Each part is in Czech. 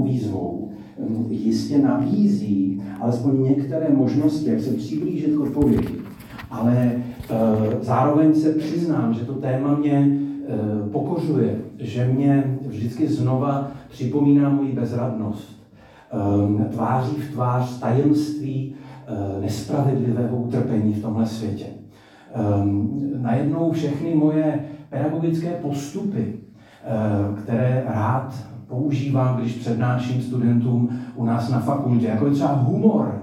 výzvou jistě nabízí alespoň některé možnosti, jak se přiblížit k odpovědi. Ale zároveň se přiznám, že to téma mě pokořuje, že mě vždycky znova připomíná moji bezradnost. Tváří v tvář tajemství nespravedlivého utrpení v tomhle světě. Najednou všechny moje pedagogické postupy, které rád používám, když přednáším studentům u nás na fakultě, jako je třeba humor,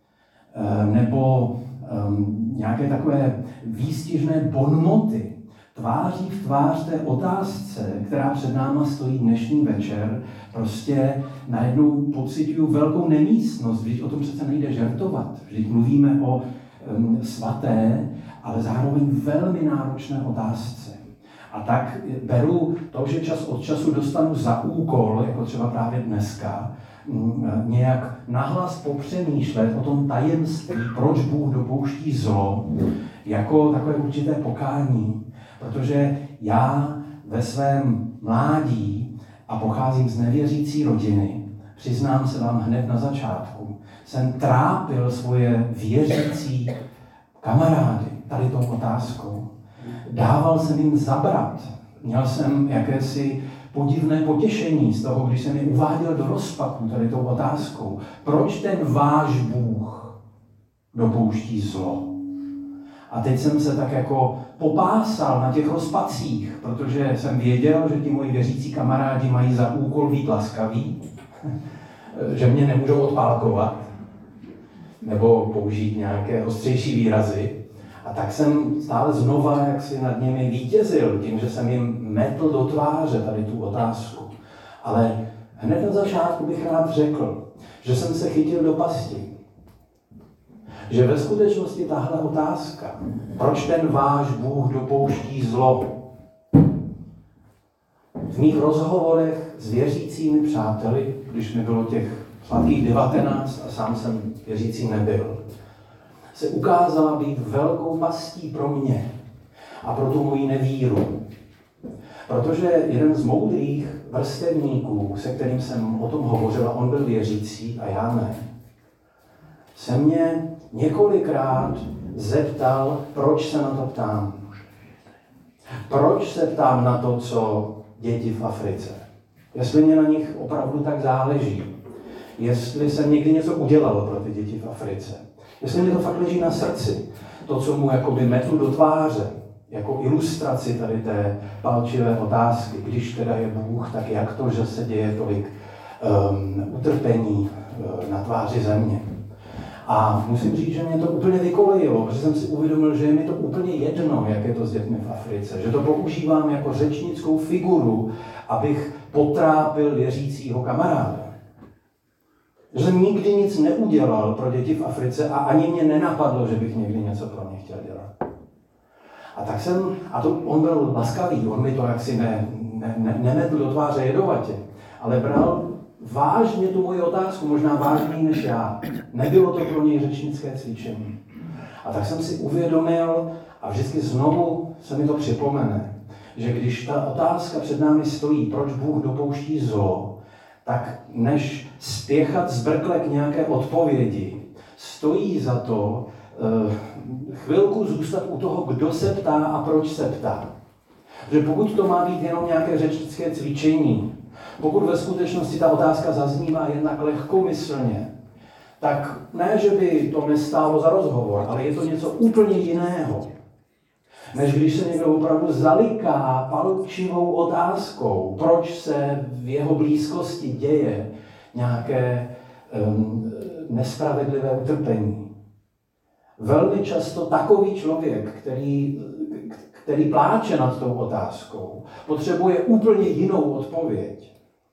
nebo nějaké takové výstižné bonmoty, tváří v tvář té otázce, která před náma stojí dnešní večer, prostě najednou pociťuju velkou nemístnost, vždyť o tom přece nejde žertovat. Vždyť mluvíme o svaté, ale zároveň velmi náročné otázce. A tak beru to, že čas od času dostanu za úkol, jako třeba právě dneska, nějak nahlas popřemýšlet o tom tajemství, proč Bůh dopouští zlo, jako takové určité pokání. Protože já ve svém mládí, a pocházím z nevěřící rodiny, přiznám se vám hned na začátku, jsem trápil svoje věřící kamarády tady tou otázkou. Dával jsem jim zabrat. Měl jsem jakési podivné potěšení z toho, když jsem je uváděl do rozpaku tady tou otázkou. Proč ten váš Bůh dopouští zlo? A teď jsem se tak jako popásal na těch rozpacích, protože jsem věděl, že ti moji věřící kamarádi mají za úkol být laskaví, že mě nemůžou odpálkovat, nebo použít nějaké ostřejší výrazy. A tak jsem stále znova jaksi nad nimi vítězil, tím, že jsem jim metl do tváře tady tu otázku. Ale hned na začátku bych rád řekl, že jsem se chytil do pasti. Že ve skutečnosti tahle otázka, proč ten váš Bůh dopouští zlo, v mých rozhovorech s věřícími přáteli, když mi bylo těch sladkých 19 a sám jsem věřící nebyl, se ukázala být velkou pastí pro mě a pro tu moji nevíru. Protože jeden z moudrých vrstevníků, se kterým jsem o tom hovořil, a on byl věřící a já ne, se mě několikrát zeptal, proč se na to ptám. Proč se ptám na to, co děti v Africe? Jestli mě na nich opravdu tak záleží. Jestli jsem někdy něco udělal pro ty děti v Africe. Jestli mi to fakt leží na srdci. To, co mu jakoby metlu do tváře, jako ilustraci tady té palčivé otázky. Když teda je Bůh, tak jak to, že se děje tolik utrpení na tváři země. A musím říct, že mě to úplně vykolejilo, protože jsem si uvědomil, že je mi to úplně jedno, jak je to s dětmi v Africe. Že to používám jako řečnickou figuru, abych potrápil věřícího kamaráda. Že jsem nikdy nic neudělal pro děti v Africe a ani mě nenapadlo, že bych někdy něco pro ně chtěl dělat. A tak jsem, on byl laskavý, on mi to jaksi nemetl do tváře jedovatě, ale bral vážně tu moji otázku, možná vážněji než já. Nebylo to pro něj řečnické cvičení. A tak jsem si uvědomil, a vždycky znovu se mi to připomene, že když ta otázka před námi stojí, proč Bůh dopouští zlo, tak než spěchat zbrkle k nějaké odpovědi, stojí za to chvilku zůstat u toho, kdo se ptá a proč se ptá. Protože pokud to má být jenom nějaké řečnické cvičení, pokud ve skutečnosti ta otázka zaznívá jednak lehkomyslně, tak ne, že by to nestálo za rozhovor, ale je to něco úplně jiného, než když se někdo opravdu zaliká palčivou otázkou, proč se v jeho blízkosti děje nějaké nespravedlivé utrpení. Velmi často takový člověk, který pláče nad tou otázkou, potřebuje úplně jinou odpověď.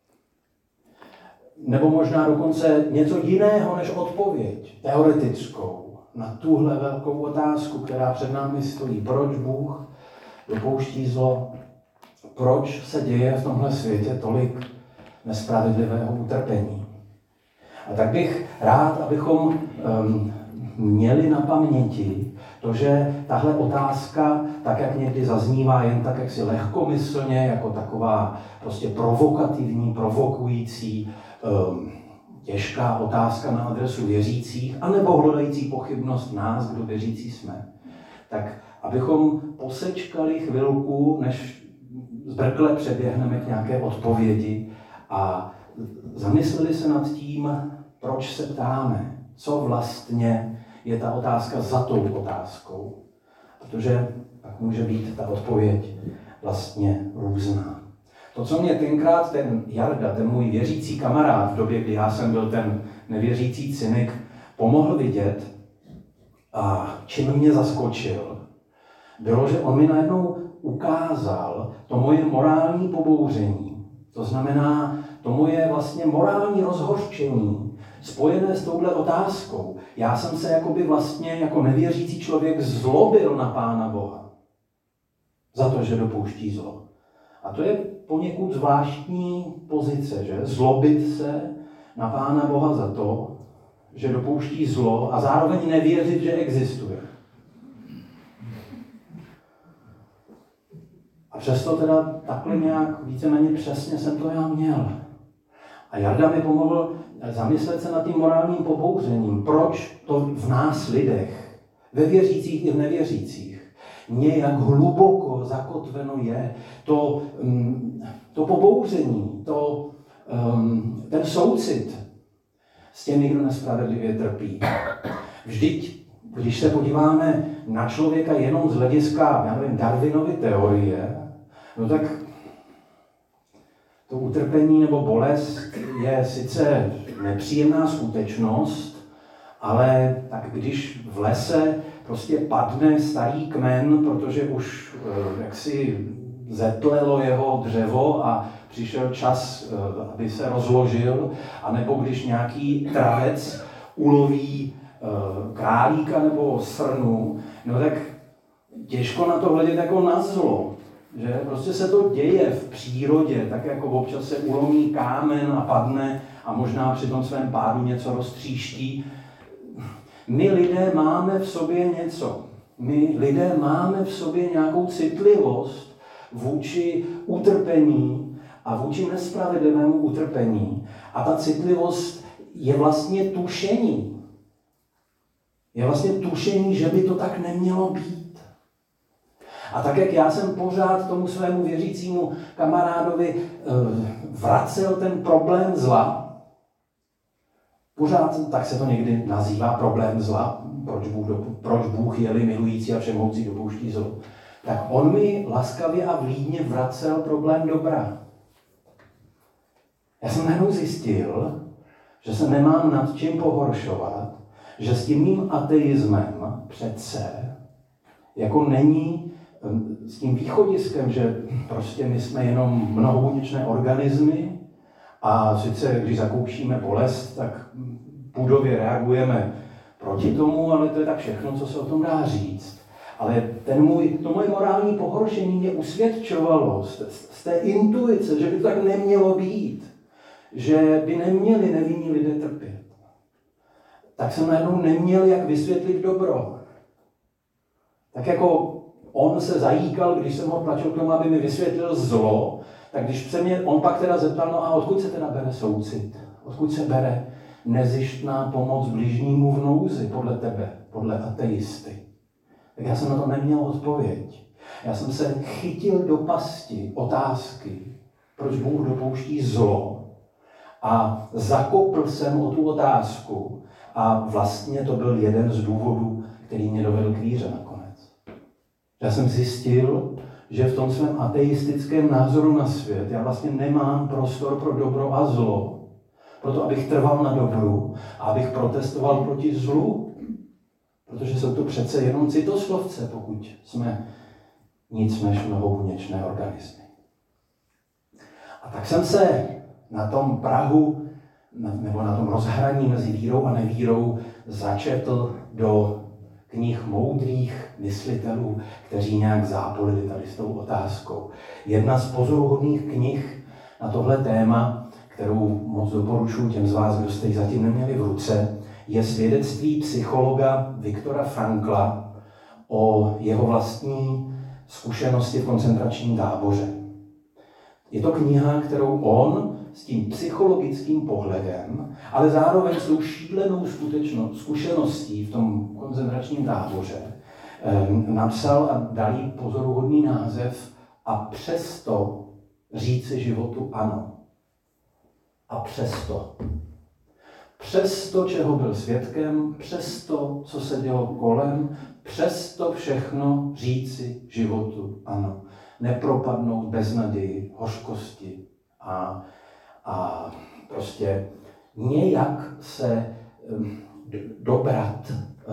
Nebo možná dokonce něco jiného než odpověď, teoretickou, na tuhle velkou otázku, která před námi stojí. Proč Bůh dopouští zlo? Proč se děje v tomhle světě tolik nespravedlivého utrpení? A tak bych rád, abychom měli na paměti to, že tahle otázka, tak jak někdy zaznívá jen tak jaksi lehkomyslně, jako taková prostě provokativní, provokující, těžká otázka na adresu věřících, anebo hledající pochybnost nás, kdo věřící jsme, tak abychom posečkali chvilku, než zbrkle přeběhneme k nějaké odpovědi a zamysleli se nad tím, proč se ptáme, co vlastně je ta otázka za tou otázkou. Protože pak může být ta odpověď vlastně různá. To, co mě tenkrát ten Jarda, ten můj věřící kamarád v době, kdy já jsem byl ten nevěřící cynik, pomohl vidět a čím mě zaskočil, bylo, že on mi najednou ukázal to moje morální pobouření. To znamená, to moje vlastně morální rozhořčení spojené s touhle otázkou. Já jsem se jakoby vlastně jako nevěřící člověk zlobil na Pána Boha za to, že dopouští zlo. A to je poněkud zvláštní pozice, že? Zlobit se na Pána Boha za to, že dopouští zlo a zároveň nevěřit, že existuje. A přesto teda takhle nějak víceméně přesně jsem to já měl. A Jarda mi pomohl zamyslet se nad tím morálním pobouřením. Proč to v nás lidech, ve věřících i v nevěřících, nějak hluboko zakotveno je. To pobouření, ten soucit s těmi, kdo nespravedlivě trpí. Vždyť, když se podíváme na člověka jenom z hlediska, já nevím, Darwinovy teorie, no tak to utrpení nebo bolest je sice nepříjemná skutečnost, ale tak když v lese prostě padne starý kmen, protože už jaksi zetlelo jeho dřevo a přišel čas, aby se rozložil, anebo když nějaký travec uloví králíka nebo srnu, no tak těžko na to hledět jako na zlo. Že prostě se to děje v přírodě, tak jako občas se ulomí kámen a padne a možná při tom svém pádu něco roztříští. My lidé máme v sobě něco. My lidé máme v sobě nějakou citlivost vůči utrpení a vůči nespravedlivému utrpení. A ta citlivost je vlastně tušení. Je vlastně tušení, že by to tak nemělo být. A tak, jak já jsem pořád tomu svému věřícímu kamarádovi vracel ten problém zla, pořád tak se to někdy nazývá problém zla, proč Bůh je-li milující a všemohoucí dopouští zlo, tak on mi laskavě a vlídně vracel problém dobra. Já jsem najednou zjistil, že se nemám nad čím pohoršovat, že s tím mým ateismem přece jako není s tím východiskem, že prostě my jsme jenom mnohobuněčné organismy a sice když zakoušíme bolest, tak půdově reagujeme proti tomu, ale to je tak všechno, co se o tom dá říct. Ale to moje morální pohoršení mě usvědčovalo z té intuice, že by to tak nemělo být, že by neměli nevinní lidé trpět. Tak jsem najednou neměl jak vysvětlit dobro. Tak jako on se zajíkal, když jsem ho tlačil k tomu, aby mi vysvětlil zlo, tak když se mě on pak teda zeptal, no a odkud se teda bere soucit? Odkud se bere nezištná pomoc bližnímu v nouzi podle tebe, podle ateisty? Tak já jsem na to neměl odpověď. Já jsem se chytil do pasti otázky, proč Bůh dopouští zlo, a zakopl jsem o tu otázku a vlastně to byl jeden z důvodů, který mě dovedl k víře nakonec. Já jsem zjistil, že v tom svém ateistickém názoru na svět já vlastně nemám prostor pro dobro a zlo, proto abych trval na dobru a abych protestoval proti zlu, protože jsou to přece jenom citoslovce, pokud jsme nic než mnohobuněčné organismy. A tak jsem se na tom prahu, nebo na tom rozhraní mezi vírou a nevírou začetl do knih moudrých myslitelů, kteří nějak zápolili tady s tou otázkou. Jedna z pozoruhodných knih na tohle téma, kterou moc doporučuji těm z vás, kdo jste ji zatím neměli v ruce, je svědectví psychologa Viktora Frankla o jeho vlastní zkušenosti v koncentračním táboře. Je to kniha, kterou on s tím psychologickým pohledem, ale zároveň s tou šílenou zkušeností v tom koncentračním táboře napsal a dal jí pozoruhodný název A přesto říci životu ano. A přesto, čeho byl svědkem, přesto, co se dělo kolem, přesto všechno říci životu ano. Nepropadnout beznaději, hořkosti a prostě nějak se dobrat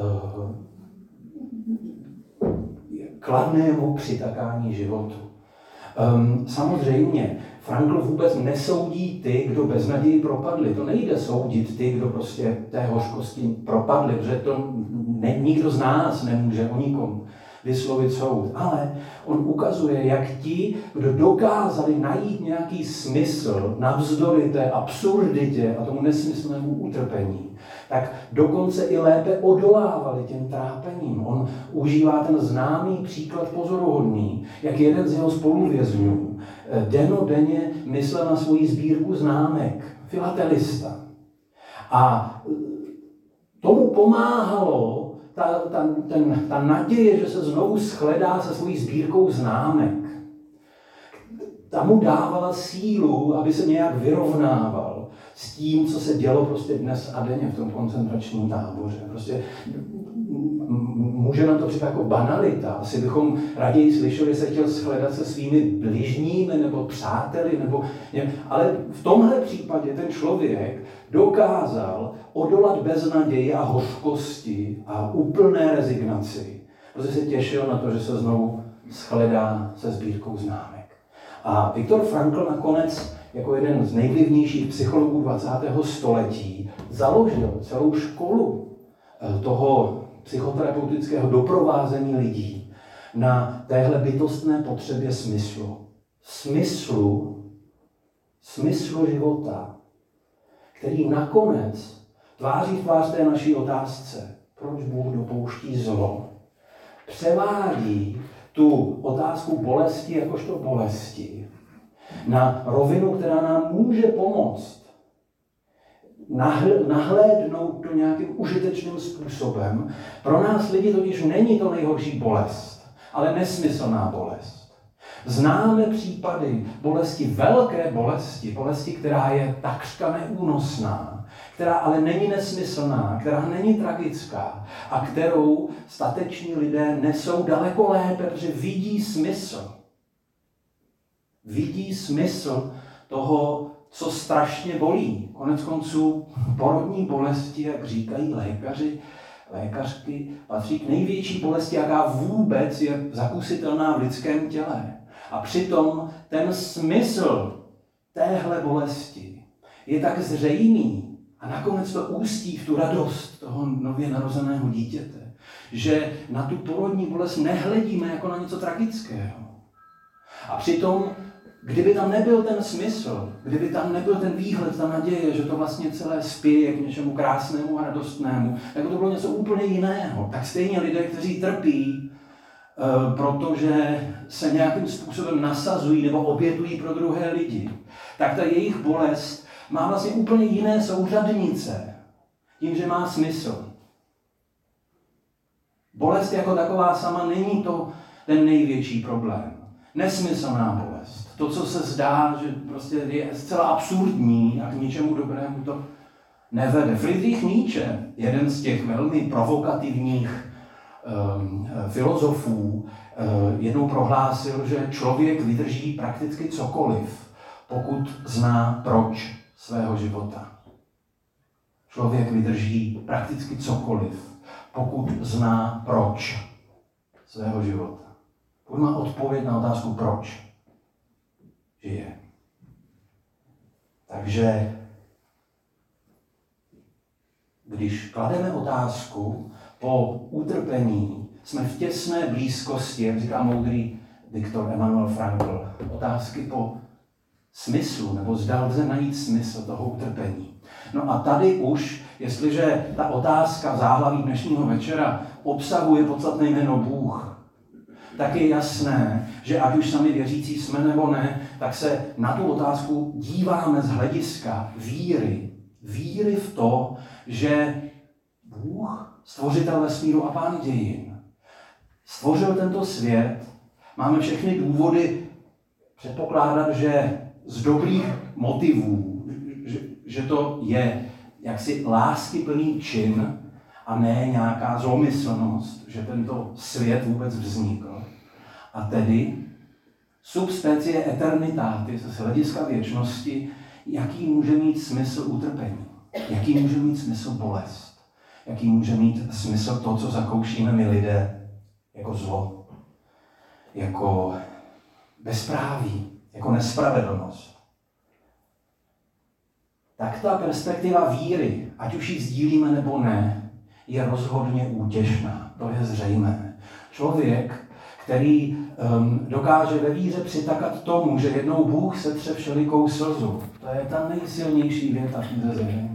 kladnému přitakání životu. Samozřejmě, Frankl vůbec nesoudí ty, kdo beznaději propadli. To nejde soudit ty, kdo prostě té hořkosti propadli, protože to nikdo z nás nemůže o nikom vyslovit soud. Ale on ukazuje, jak ti, kdo dokázali najít nějaký smysl navzdory té absurditě a tomu nesmyslnému utrpení, tak dokonce i lépe odolávali těm trápením. On užívá ten známý příklad pozoruhodný, jak jeden z jeho spoluvězňů dennodenně myslel na svoji sbírku známek, filatelista. A tomu pomáhalo ta naděje, že se znovu shledá se svojí sbírkou známek. Ta mu dávala sílu, aby se nějak vyrovnával s tím, co se dělo prostě dnes a denně v tom koncentračním táboře. Prostě může nám to přijít jako banalita. Asi bychom raději slyšeli, se chtěl shledat se svými bližními nebo přáteli, ale v tomhle případě ten člověk dokázal odolat beznaději a hořkosti a úplné rezignaci. Protože se těšil na to, že se znovu shledá se sbírkou známek. A Viktor Frankl nakonec jako jeden z nejvlivnějších psychologů 20. století založil celou školu toho psychoterapeutického doprovázení lidí na téhle bytostné potřebě smyslu života, který nakonec tváří v tvář té naší otázce, proč Bůh dopouští zlo, převádí tu otázku bolesti jakožto bolesti na rovinu, která nám může pomoct nahlédnout to nějakým užitečným způsobem. Pro nás lidi totiž není to nejhorší bolest, ale nesmyslná bolest. Známe případy bolesti, velké bolesti, která je takřka neúnosná, která ale není nesmyslná, která není tragická a kterou stateční lidé nesou daleko lépe, protože vidí smysl. Vidí smysl toho, co strašně bolí. Koneckonců porodní bolesti, jak říkají lékařky, patří k největší bolesti, jaká vůbec je zakusitelná v lidském těle. A přitom ten smysl téhle bolesti je tak zřejmý a nakonec to ústí v tu radost toho nově narozeného dítěte, že na tu porodní bolest nehledíme jako na něco tragického. A přitom, kdyby tam nebyl ten smysl, kdyby tam nebyl ten výhled, ta naděje, že to vlastně celé spěje k něčemu krásnému a radostnému, jako to bylo něco úplně jiného, tak stejně lidé, kteří trpí, protože se nějakým způsobem nasazují nebo obětují pro druhé lidi, tak ta jejich bolest má vlastně úplně jiné souřadnice, tím, že má smysl. Bolest jako taková sama není to ten největší problém. Nesmyslná bolest. To, co se zdá, že prostě je zcela absurdní a k ničemu dobrému to nevede. Friedrich Nietzsche, jeden z těch velmi provokativních filozofů, jednou prohlásil, že člověk vydrží prakticky cokoliv, pokud zná proč svého života. Člověk vydrží prakticky cokoliv, pokud zná proč svého života. Pokud má odpověď na otázku proč žije. Takže když klademe otázku po utrpení, jsme v těsné blízkosti, jak říká moudrý Viktor Emanuel Frankl, otázky po smyslu, nebo zda lze najít smysl toho utrpení. No a tady už, jestliže ta otázka v záhlaví dnešního večera obsahuje podstatné jméno Bůh, tak je jasné, že ať už sami věřící jsme nebo ne, tak se na tu otázku díváme z hlediska víry. Víry v to, že Bůh, stvořitel vesmíru a pán dějin, stvořil tento svět. Máme všechny důvody předpokládat, že z dobrých motivů, že to je jaksi láskyplný čin a ne nějaká zlomyslnost, že tento svět vůbec vznikl. A tedy subspecie eternitatis, z hlediska věčnosti, jaký může mít smysl utrpení, jaký může mít smysl bolest, jaký může mít smysl to, co zakoušíme my lidé, jako zlo, jako bezpráví, jako nespravedlnost. Tak ta perspektiva víry, ať už ji sdílíme nebo ne, je rozhodně útěšná. To je zřejmé. Člověk, který dokáže ve víře přitakat tomu, že jednou Bůh setře všelikou slzu. To je ta nejsilnější věta v té zemi.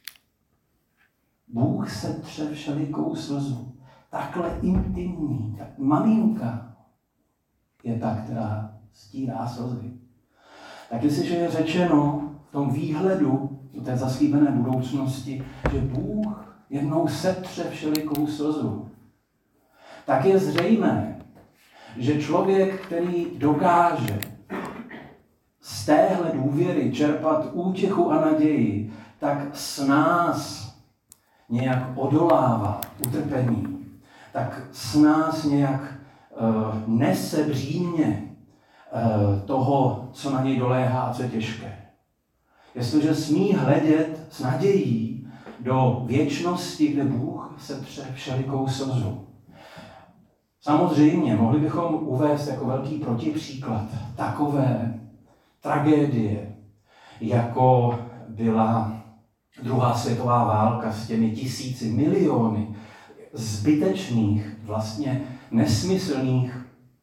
Bůh setře všelikou slzu. Takhle intimní, tak maminka je ta, která stírá slzy. Tak jestliže je řečeno v tom výhledu do té zaslíbené budoucnosti, že Bůh jednou setře všelikou slzu, tak je zřejmé, že člověk, který dokáže z téhle důvěry čerpat útěchu a naději, tak s nás nějak odolává utrpení, tak s nás nějak nese břímě toho, co na něj doléhá a co je těžké. Jestliže smí hledět s nadějí do věčnosti, kde Bůh setře všelikou slzu. Samozřejmě, mohli bychom uvést jako velký protipříklad takové tragédie, jako byla druhá světová válka s těmi tisíci, miliony zbytečných, vlastně nesmyslných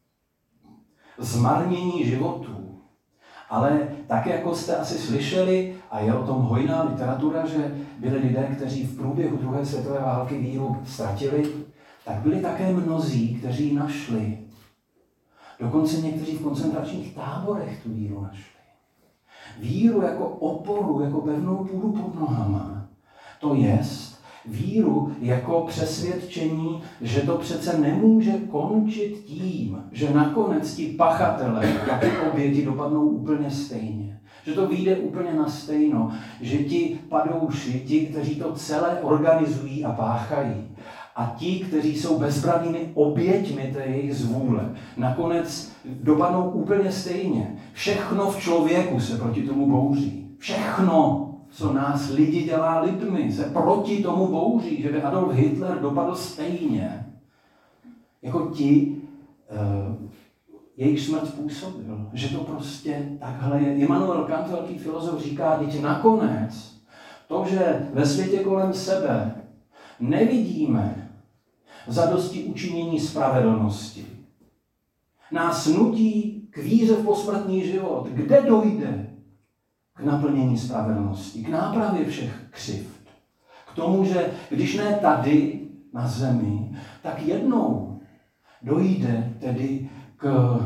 zmarnění životů. Ale tak, jako jste asi slyšeli, a je o tom hojná literatura, že byli lidé, kteří v průběhu druhé světové války víru ztratili, tak byli také mnozí, kteří našli. Dokonce někteří v koncentračních táborech tu víru našli. Víru jako oporu, jako pevnou půdu pod nohama. To jest víru jako přesvědčení, že to přece nemůže končit tím, že nakonec ti pachatelé a ty oběti dopadnou úplně stejně. Že to vyjde úplně na stejno, že ti padouši, ti, kteří to celé organizují a páchají, a ti, kteří jsou bezbrannými oběťmi té jejich zvůle, nakonec dopadnou úplně stejně. Všechno v člověku se proti tomu bouří. Všechno, co nás lidi dělá lidmi, se proti tomu bouří, že by Adolf Hitler dopadl stejně. Jako ti, jejich smrt způsobil. Že to prostě takhle je. Immanuel Kant, velký filozof, říká, že nakonec to, že ve světě kolem sebe nevidíme zadosti učinění spravedlnosti, nás nutí k víře v posmrtný život, kde dojde k naplnění spravedlnosti, k nápravě všech křivd. K tomu, že když ne tady na zemi, tak jednou dojde tedy k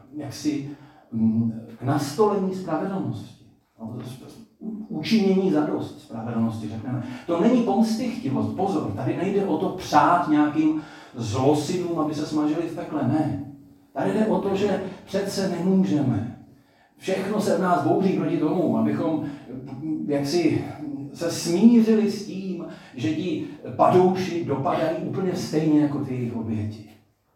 nastolení spravedlnosti. Učinění zadost spravedlnosti, řekneme. To není pomstychtivost, pozor, tady nejde o to přát nějakým zlosinům, aby se smažili v pekle, ne. Tady jde o to, že přece nemůžeme. Všechno se v nás bouří proti tomu, abychom jaksi se smířili s tím, že ti padouši dopadají úplně stejně jako ty jejich oběti.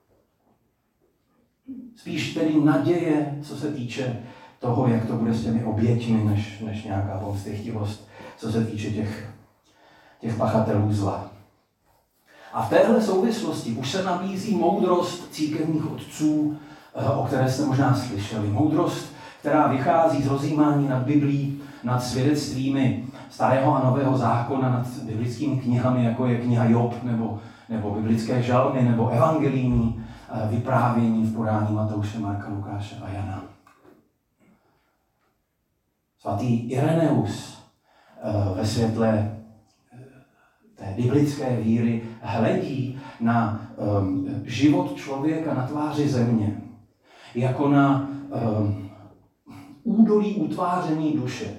Spíš tedy naděje, co se týče toho, jak to bude s těmi oběťmi, než nějaká pomstychtivost, co se týče těch pachatelů zla. A v téhle souvislosti už se nabízí moudrost církevních otců, o které jste možná slyšeli. Moudrost, která vychází z rozjímání nad Biblí, nad svědectvími Starého a Nového zákona, nad biblickými knihami, jako je kniha Job, nebo biblické žalmy, nebo evangelijní vyprávění v podání Matouše, Marka, Lukáše a Jana. Svatý Ireneus ve světle té biblické víry hledí na život člověka na tváři země, jako na údolí utváření duše.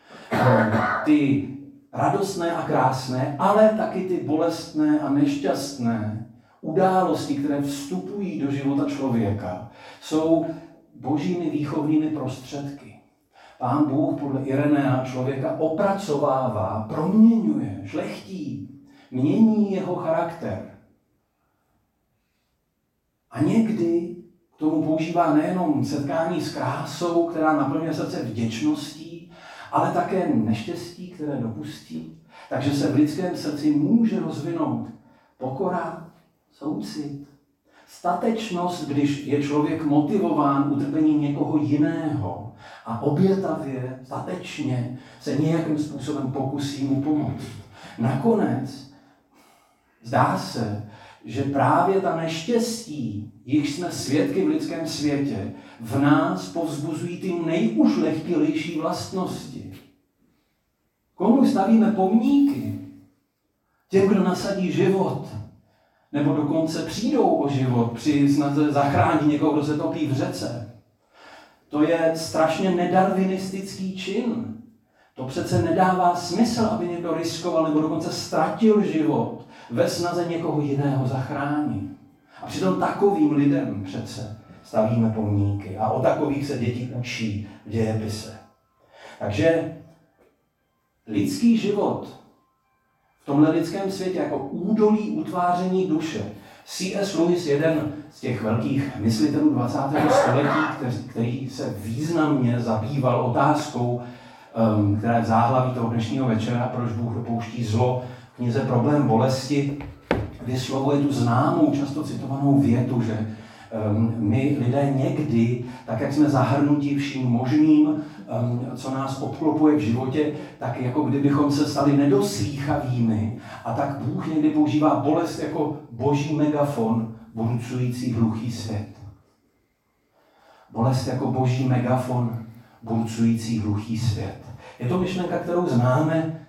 Ty radostné a krásné, ale taky ty bolestné a nešťastné události, které vstupují do života člověka, jsou božími výchovnými prostředky. Pán Bůh podle Irenea člověka opracovává, proměňuje, šlechtí, mění jeho charakter. A někdy k tomu používá nejenom setkání s krásou, která naplňuje srdce vděčností, ale také neštěstí, které dopustí. Takže se v lidském srdci může rozvinout pokora, soucit, statečnost, když je člověk motivován utrpením někoho jiného a obětavě, statečně se nějakým způsobem pokusí mu pomoct. Nakonec zdá se, že právě ta neštěstí, jichž jsme svědky v lidském světě, v nás povzbuzují ty nejušlechtilejší vlastnosti. Komu stavíme pomníky? Těm, kdo nasadí život, nebo dokonce přijdou o život při snaze zachránit někoho, kdo se topí v řece. To je strašně nedarwinistický čin. To přece nedává smysl, aby někdo riskoval nebo dokonce ztratil život ve snaze někoho jiného zachránit. A přitom takovým lidem přece stavíme pomníky a o takových se děti učí v dějepise. Takže lidský život v tomhle lidském světě jako údolí utváření duše. C.S. Lewis, jeden z těch velkých myslitelů 20. století, který se významně zabýval otázkou, která je v záhlaví toho dnešního večera, proč Bůh dopouští zlo, v knize Problém bolesti, vyslovuje tu známou, často citovanou větu, že my lidé někdy, tak jak jsme zahrnuti vším možným, co nás obklopuje v životě, tak jako kdybychom se stali nedoslýchavými a tak Bůh někdy používá bolest jako boží megafon burcující hluchý svět. Bolest jako boží megafon burcující hluchý svět. Je to myšlenka, kterou známe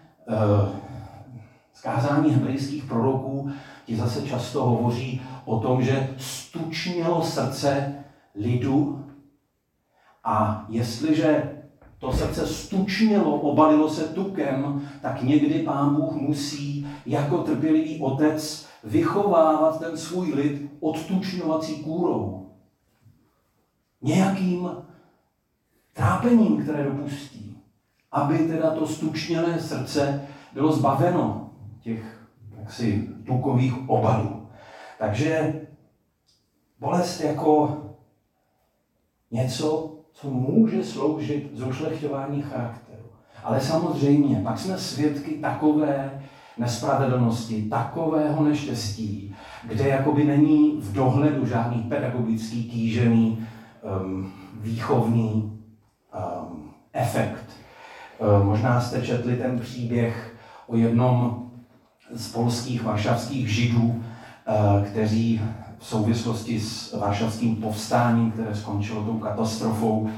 z kázání hebrejských proroků. Ti zase často hovoří o tom, že stučnělo srdce lidu a jestliže to srdce stučnělo, obalilo se tukem, tak někdy Pán Bůh musí jako trpělivý otec vychovávat ten svůj lid odtučňovací kůrou. Nějakým trápením, které dopustí, aby teda to stučnělé srdce bylo zbaveno těch jaksi tukových obalů. Takže bolest jako něco, co může sloužit zušlechťování charakteru. Ale samozřejmě, pak jsme svědky takové nespravedlnosti, takového neštěstí, kde jakoby není v dohledu žádný pedagogický, kýžený, výchovný efekt. Možná jste četli ten příběh o jednom z polských varšavských židů, kteří v souvislosti s varšavským povstáním, které skončilo tou katastrofou,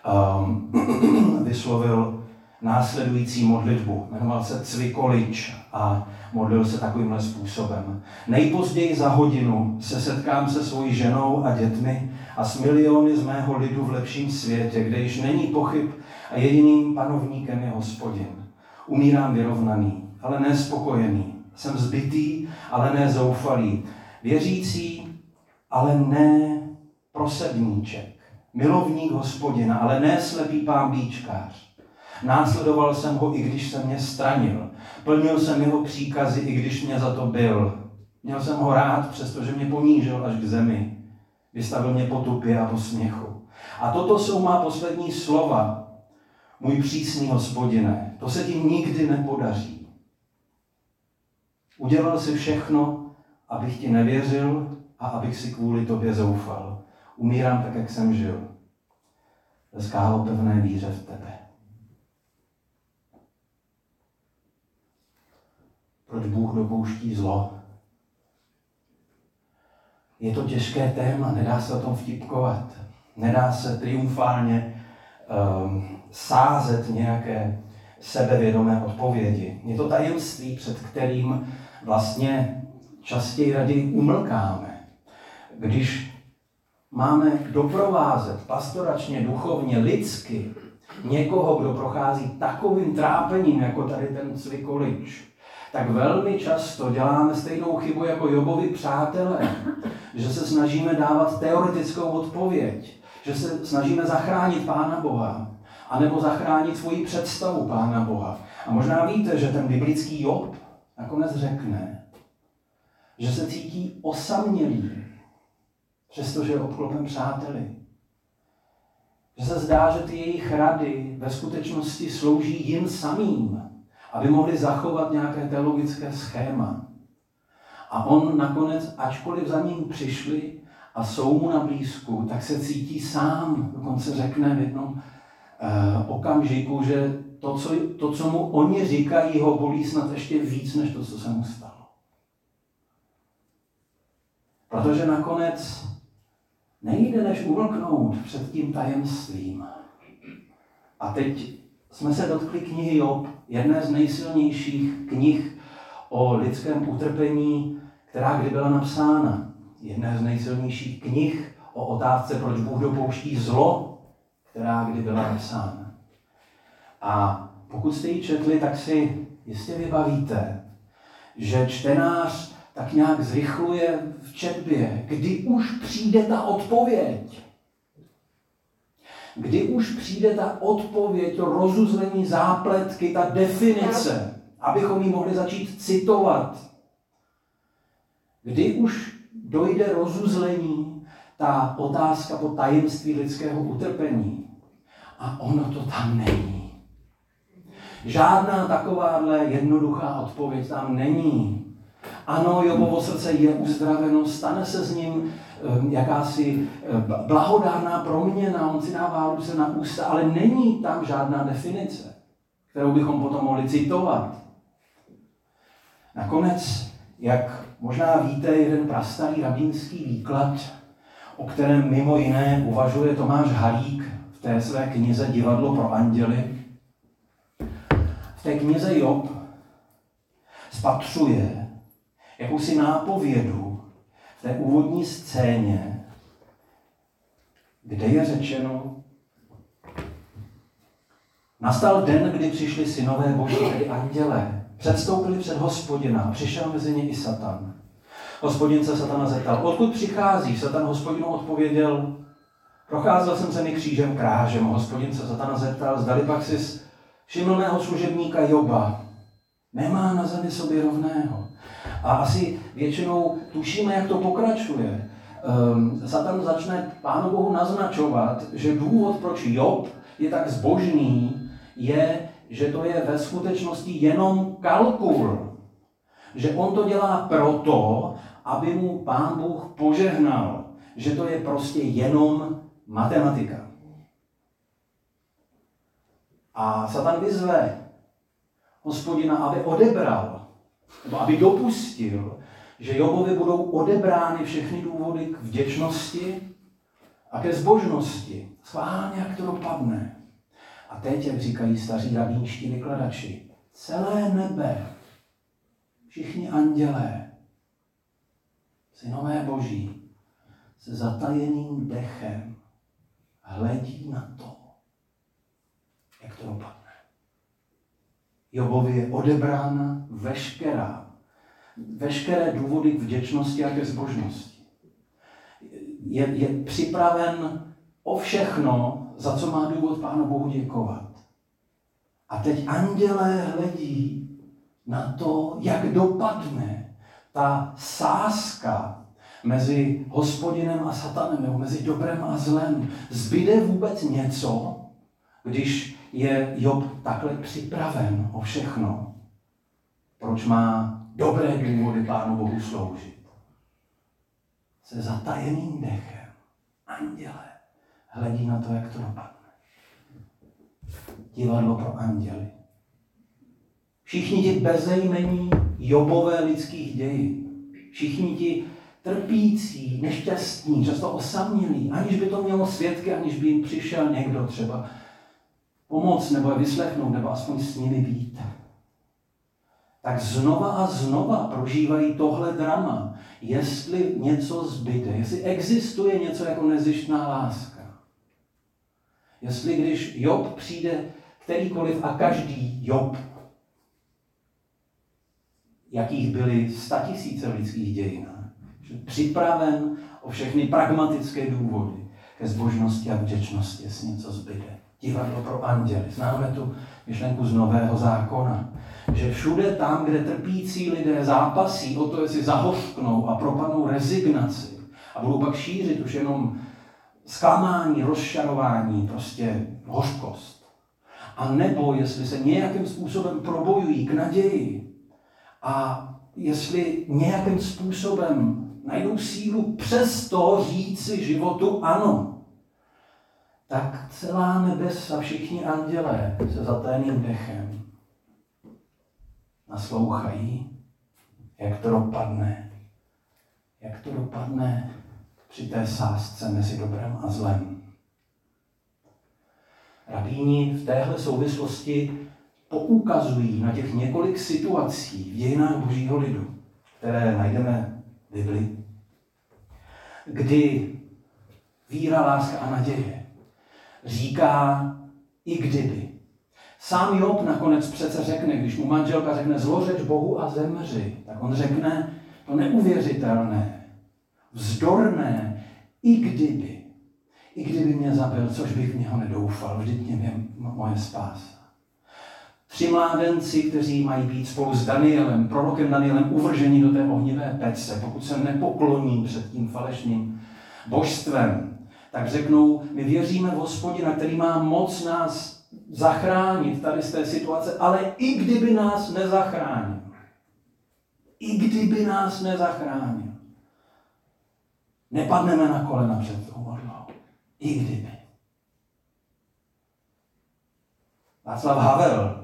vyslovil následující modlitbu. Jmenoval se Cvikolič a modlil se takovýmhle způsobem. Nejpozději za hodinu se setkám se svojí ženou a dětmi a s miliony z mého lidu v lepším světě, kde již není pochyb a jediným panovníkem je Hospodin. Umírám vyrovnaný, ale nespokojený. Jsem zbytý, ale ne zoufalý. Věřící, ale ne prosebníček. Milovník Hospodina, ale ne slepý pánbíčkář. Následoval jsem ho, i když se mě stranil. Plnil jsem jeho příkazy, i když mě za to byl. Měl jsem ho rád, přestože mě ponížil až k zemi. Vystavil mě potupě a po směchu. A toto jsou má poslední slova. Můj přísný Hospodine, to se ti nikdy nepodaří. Udělal si všechno, abych ti nevěřil a abych si kvůli tobě zoufal. Umírám tak, jak jsem žil. Ve skálopevné víře v tebe. Proč Bůh dopouští zlo? Je to těžké téma, nedá se o tom vtipkovat. Nedá se triumfálně sázet nějaké sebevědomé odpovědi. Je to tajemství, před kterým vlastně častěji raději umlkáme. Když máme doprovázet pastoračně, duchovně, lidsky někoho, kdo prochází takovým trápením, jako tady ten Cvikolič, tak velmi často děláme stejnou chybu jako Jobovi přátelé, že se snažíme dávat teoretickou odpověď, že se snažíme zachránit Pána Boha, anebo zachránit svoji představu Pána Boha. A možná víte, že ten biblický Job nakonec řekne, že se cítí osamělý, přestože je obklopen přáteli. Že se zdá, že ty jejich rady ve skutečnosti slouží jim samým, aby mohli zachovat nějaké teologické schéma. A on nakonec, ačkoliv za ním přišli a jsou mu na blízku, tak se cítí sám. Dokonce řekne v jednom okamžiku, že to, co mu oni říkají, ho bolí snad ještě víc, než to, co se mu stalo. Protože nakonec nejde, než umlknout před tím tajemstvím. A teď jsme se dotkli knihy Job, jedné z nejsilnějších knih o lidském utrpení, která kdy byla napsána. Jedné z nejsilnějších knih o otázce, proč Bůh dopouští zlo, která kdy byla napsána. A pokud jste ji četli, tak si jistě vybavíte, že čtenář tak nějak zrychluje v četbě, kdy už přijde ta odpověď. Kdy už přijde ta odpověď, to rozuzlení zápletky, ta definice, abychom ji mohli začít citovat. Kdy už dojde rozuzlení, ta otázka po tajemství lidského utrpení. A ono to tam není. Žádná takováhle jednoduchá odpověď tam není. Ano, Jobovo srdce je uzdraveno, stane se z ním jakási blahodárná proměna, on si dává ruce na ústa, ale není tam žádná definice, kterou bychom potom mohli citovat. Nakonec, jak možná víte, jeden prastarý rabínský výklad, o kterém mimo jiné uvažuje Tomáš Halík v té své knize Divadlo pro anděly. V té knize Job spatřuje jakousi nápovědu v té úvodní scéně, kde je řečeno: nastal den, kdy přišli synové boží, tedy andělé, předstoupili před Hospodina a přišel mezi ně i Satan. Hospodin se Satana zeptal: odkud přicházíš? Satan Hospodinu odpověděl: procházel jsem se mi křížem krážem. Hospodin se Satana zeptal: zdali pak jsi všiml mého služebníka Joba? Nemá na zemi sobě rovného. A asi většinou tušíme, jak to pokračuje. Satan začne Pánu Bohu naznačovat, že důvod, proč Job je tak zbožný, je, že to je ve skutečnosti jenom kalkul. Že on to dělá proto, aby mu Pán Bůh požehnal. Že to je prostě jenom matematika. A Satan vyzve Hospodina, aby odebral, nebo aby dopustil, že Jobovi budou odebrány všechny důvody k vděčnosti a ke zbožnosti. Schválně, jak to dopadne. A teď, jak říkají staří rabínští vykladači, celé nebe, všichni andělé, synové boží, se zatajeným dechem hledí na to, jak to dopadne. Jobovi je odebrána veškeré důvody k vděčnosti a ke zbožnosti. Je připraven o všechno, za co má důvod Pánu Bohu děkovat. A teď andělé hledí na to, jak dopadne ta sázka mezi Hospodinem a Satanem, nebo mezi dobrem a zlem. Zbyde vůbec něco, když je Job takhle připraven o všechno? Proč má dobré důvody Pánu Bohu sloužit? Se zatajeným dechem anděle hledí na to, jak to dopadne. Divadlo pro anděly. Všichni ti bezejmení Jobové lidských dějin. Všichni ti trpící, nešťastní, často osamělí, aniž by to mělo svědky, aniž by jim přišel někdo třeba pomoct, nebo je vyslechnout, nebo aspoň s nimi být, tak znova a znova prožívají tohle drama. Jestli něco zbyde, jestli existuje něco jako nezištná láska. Jestli když Job přijde, kterýkoliv a každý Job, jakých byly 100 000 v lidských dějinách, připraven o všechny pragmatické důvody ke zbožnosti a vděčnosti, jestli něco zbyde. Divadlo pro anděly. Známe tu myšlenku z Nového zákona, že všude tam, kde trpící lidé zápasí o to, jestli zahořknou a propadnou rezignaci a budou pak šířit už jenom zklamání, rozčarování, prostě hořkost. A nebo jestli se nějakým způsobem probojují k naději a jestli nějakým způsobem najdou sílu přesto říci životu ano, tak celá nebesa, všichni andělé se zatajným dechem naslouchají, jak to dopadne při té sázce mezi dobrem a zlem. Rabíni v téhle souvislosti poukazují na těch několik situací v dějinách Božího lidu, které najdeme v Biblii, kdy víra, láska a naděje říká i kdyby. Sám Job nakonec přece řekne, když mu manželka řekne zlořeč Bohu a zemři, tak on řekne to neuvěřitelné, vzdorné, i kdyby mě zabil, což bych v něho nedoufal, vždyť něm je moje spása. 3 mládenci, kteří mají být spolu s Danielem, prorokem Danielem, uvrženi do té ohnivé pece, pokud se nepokloní před tím falešným božstvem, tak řeknou, my věříme v Hospodina, který má moc nás zachránit tady z té situace, ale i kdyby nás nezachránil. Nepadneme na kolena před tou modlou. I kdyby. Václav Havel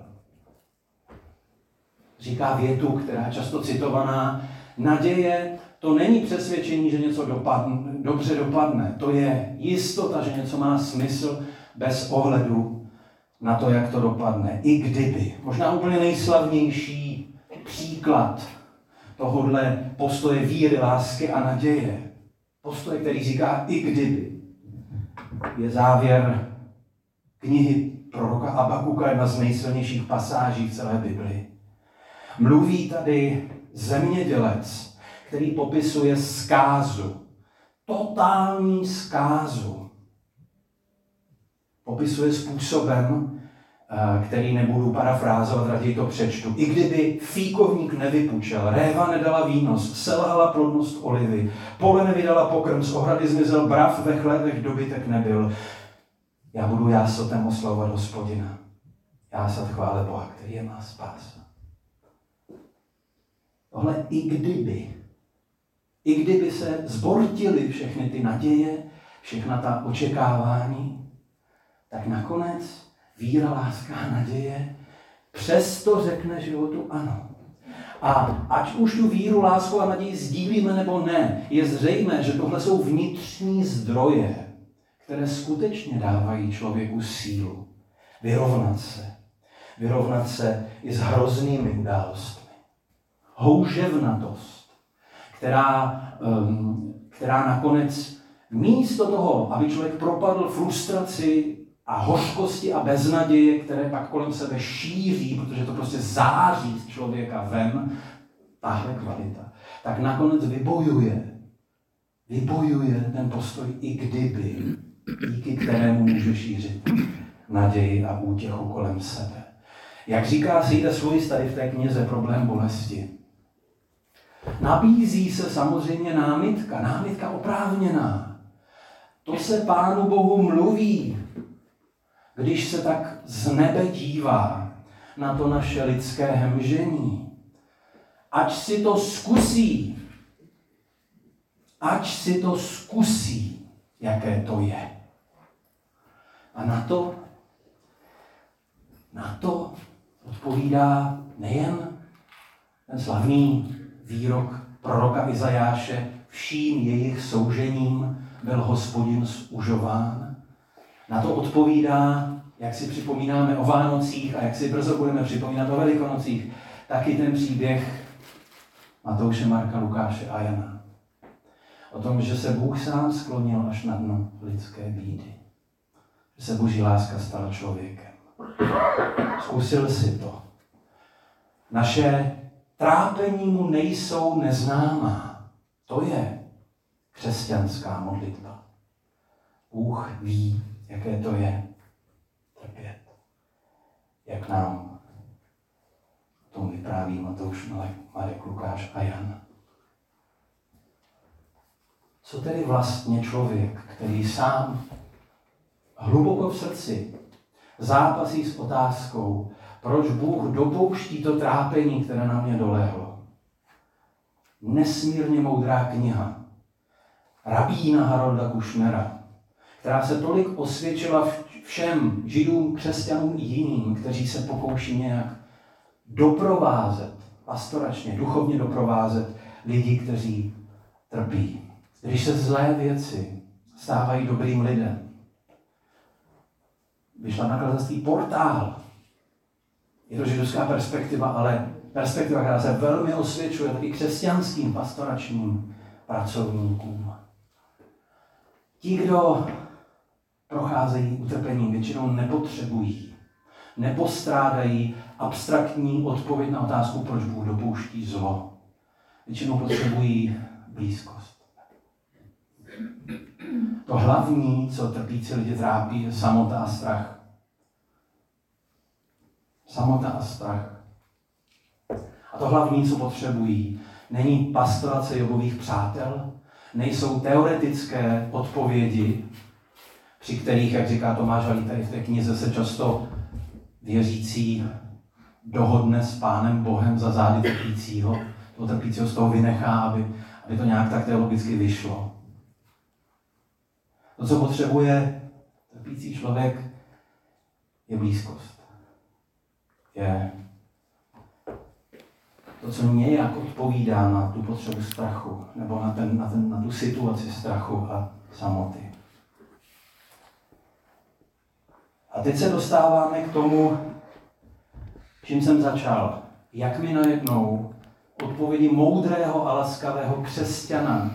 říká větu, která je často citovaná, naděje to není přesvědčení, že něco dobře dopadne. To je jistota, že něco má smysl bez ohledu na to, jak to dopadne. I kdyby. Možná úplně nejslavnější příklad tohodle postoje víry, lásky a naděje. Postoje, který říká i kdyby. Je závěr knihy proroka Abakuka, jedna z nejsilnějších pasáží v celé Biblii. Mluví tady zemědělec, který popisuje zkázu. Totální zkázu. Popisuje způsobem, který nebudu parafrázovat, raději to přečtu. I kdyby fíkovník nevypučel, réva nedala výnos, selhala plodnost olivy, pole nevydala pokrm, z ohrady zmizel brav, ve chlévech dobytek nebyl. Já budu jásotem oslavovat Hospodina. Jásat chvále Boha, který je má spása. Tohle i kdyby se zbortily všechny ty naděje, všechna ta očekávání, tak nakonec víra, láska a naděje přesto řekne životu ano. A ať už tu víru, lásku a naději sdílíme nebo ne, je zřejmé, že tohle jsou vnitřní zdroje, které skutečně dávají člověku sílu vyrovnat se i s hroznými událostmi. Houževnatost, která nakonec místo toho, aby člověk propadl frustraci a hořkosti a beznaděje, které pak kolem sebe šíří, protože to prostě září z člověka ven, tahle kvalita, tak nakonec vybojuje ten postoj i kdyby, díky kterému může šířit naději a útěchu kolem sebe. Jak říká C.S. Lewis tady v té knize Problém bolesti, nabízí se samozřejmě námitka oprávněná. To se Pánu Bohu mluví, když se tak z nebe dívá na to naše lidské hemžení. Ať si to zkusí, jaké to je. A na to odpovídá nejen ten slavný výrok proroka Izajáše, vším jejich soužením byl Hospodin zužován. Na to odpovídá jak si připomínáme o Vánocích a jak si brzo budeme připomínat o Velikonocích, taky ten příběh Matouše, Marka, Lukáše a Jana. O tom, že se Bůh sám sklonil až na dno lidské bídy. Že se Boží láska stala člověkem. Zkusil si to. Naše trápení mu nejsou neznámá. To je křesťanská modlitba. Bůh ví, jaké to je trpět. Jak nám o tom vypráví Matouš, Marek, Lukáš a Jan. Co tedy vlastně člověk, který sám hluboko v srdci zápasí s otázkou, proč Bůh dopouští to trápení, které na mě dolehlo? Nesmírně moudrá kniha rabína Harolda Kushnera, která se tolik osvědčila všem židům, křesťanům i jiným, kteří se pokouší nějak doprovázet, pastoračně, duchovně doprovázet lidi, kteří trpí. Když se zlé věci stávají dobrým lidem. Vyšla nakladatelství Portál. Je to židovská perspektiva, ale perspektiva, která se velmi osvědčuje taky křesťanským pastoračním pracovníkům. Ti, kdo procházejí utrpením, většinou nepostrádají abstraktní odpověď na otázku, proč Bůh dopouští zlo. Většinou potřebují blízkost. To hlavní, co trpící lidi trápí, je samota a strach. Samota a strach. A to hlavní, co potřebují, není pastorace Jobových přátel, nejsou teoretické odpovědi, při kterých, jak říká Tomáš Halík tady v té knize, se často věřící dohodne s Pánem Bohem za zády trpícího. Toho trpícího z toho vynechá, aby to nějak tak teologicky vyšlo. To, co potřebuje trpící člověk, je blízkost. Je to, co nějak odpovídá na tu potřebu strachu, nebo na tu situaci strachu a samoty. A teď se dostáváme k tomu, čím jsem začal. Jak mi najednou odpovědi moudrého a laskavého křesťana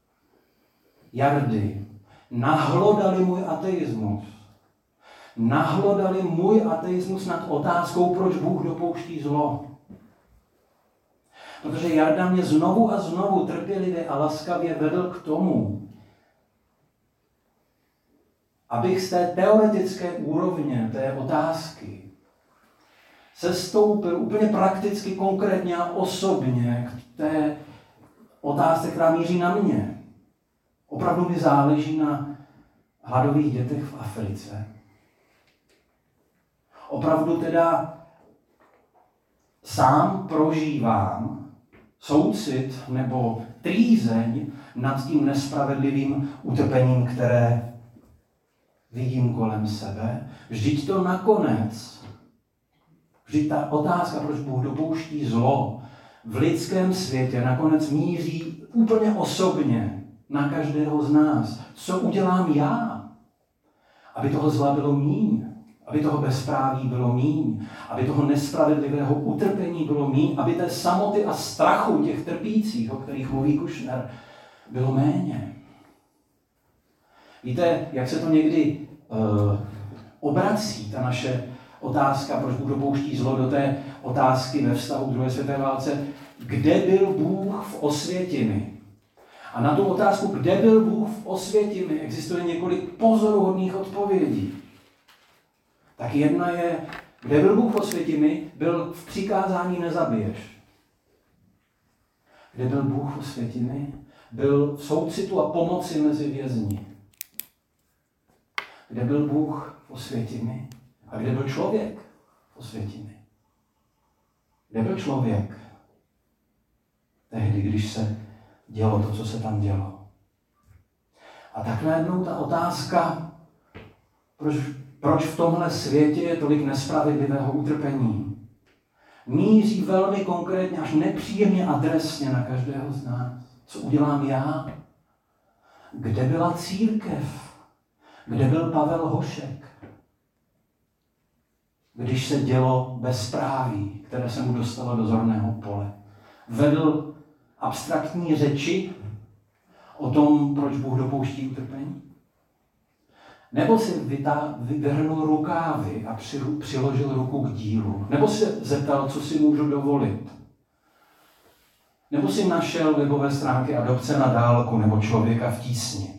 Jardy nahlodali můj ateismus. Nahlodali můj ateismus nad otázkou, proč Bůh dopouští zlo. Protože Jarda mě znovu a znovu trpělivě a laskavě vedl k tomu, abych z té teoretické úrovně té otázky sestoupil úplně prakticky, konkrétně a osobně k té otázce, která míří na mě. Opravdu mi záleží na hladových dětech v Africe. Opravdu teda sám prožívám soucit nebo trýzeň nad tím nespravedlivým utrpením, které vidím kolem sebe. Vždyť to nakonec, vždyť ta otázka, proč Bůh dopouští zlo v lidském světě, nakonec míří úplně osobně na každého z nás. Co udělám já, aby toho zla bylo míň, aby toho bezpráví bylo míň, aby toho nespravedlivého utrpení bylo míň, aby té samoty a strachu těch trpících, o kterých mluví Kushner, bylo méně. Víte, jak se to někdy obrací, ta naše otázka, proč Bůh dopouští zlo, do té otázky ve vztahu k druhé světové válce, kde byl Bůh v Osvětimi? A na tu otázku, kde byl Bůh v Osvětimi, existuje několik pozoruhodných odpovědí. Tak jedna je, kde byl Bůh v Osvětimi, byl v přikázání nezabiješ. Kde byl Bůh v Osvětimi, byl v soucitu a pomoci mezi vězni. Kde byl Bůh v Osvětimi a kde byl člověk v Osvětimi. Kde byl člověk tehdy, když se dělo to, co se tam dělo. A tak najednou ta otázka, proč v tomhle světě je tolik nespravedlivého utrpení, míří velmi konkrétně, až nepříjemně adresně na každého z nás. Co udělám já? Kde byla církev? Kde byl Pavel Hošek? když se dělo bezpráví, které se mu dostalo do zorného pole. Vedl abstraktní řeči o tom, proč Bůh dopouští utrpení? Nebo si vyvrhnul rukávy a přiložil ruku k dílu? Nebo se zeptal, co si můžu dovolit? Nebo si našel webové stránky adopce na dálku nebo člověka v tísni?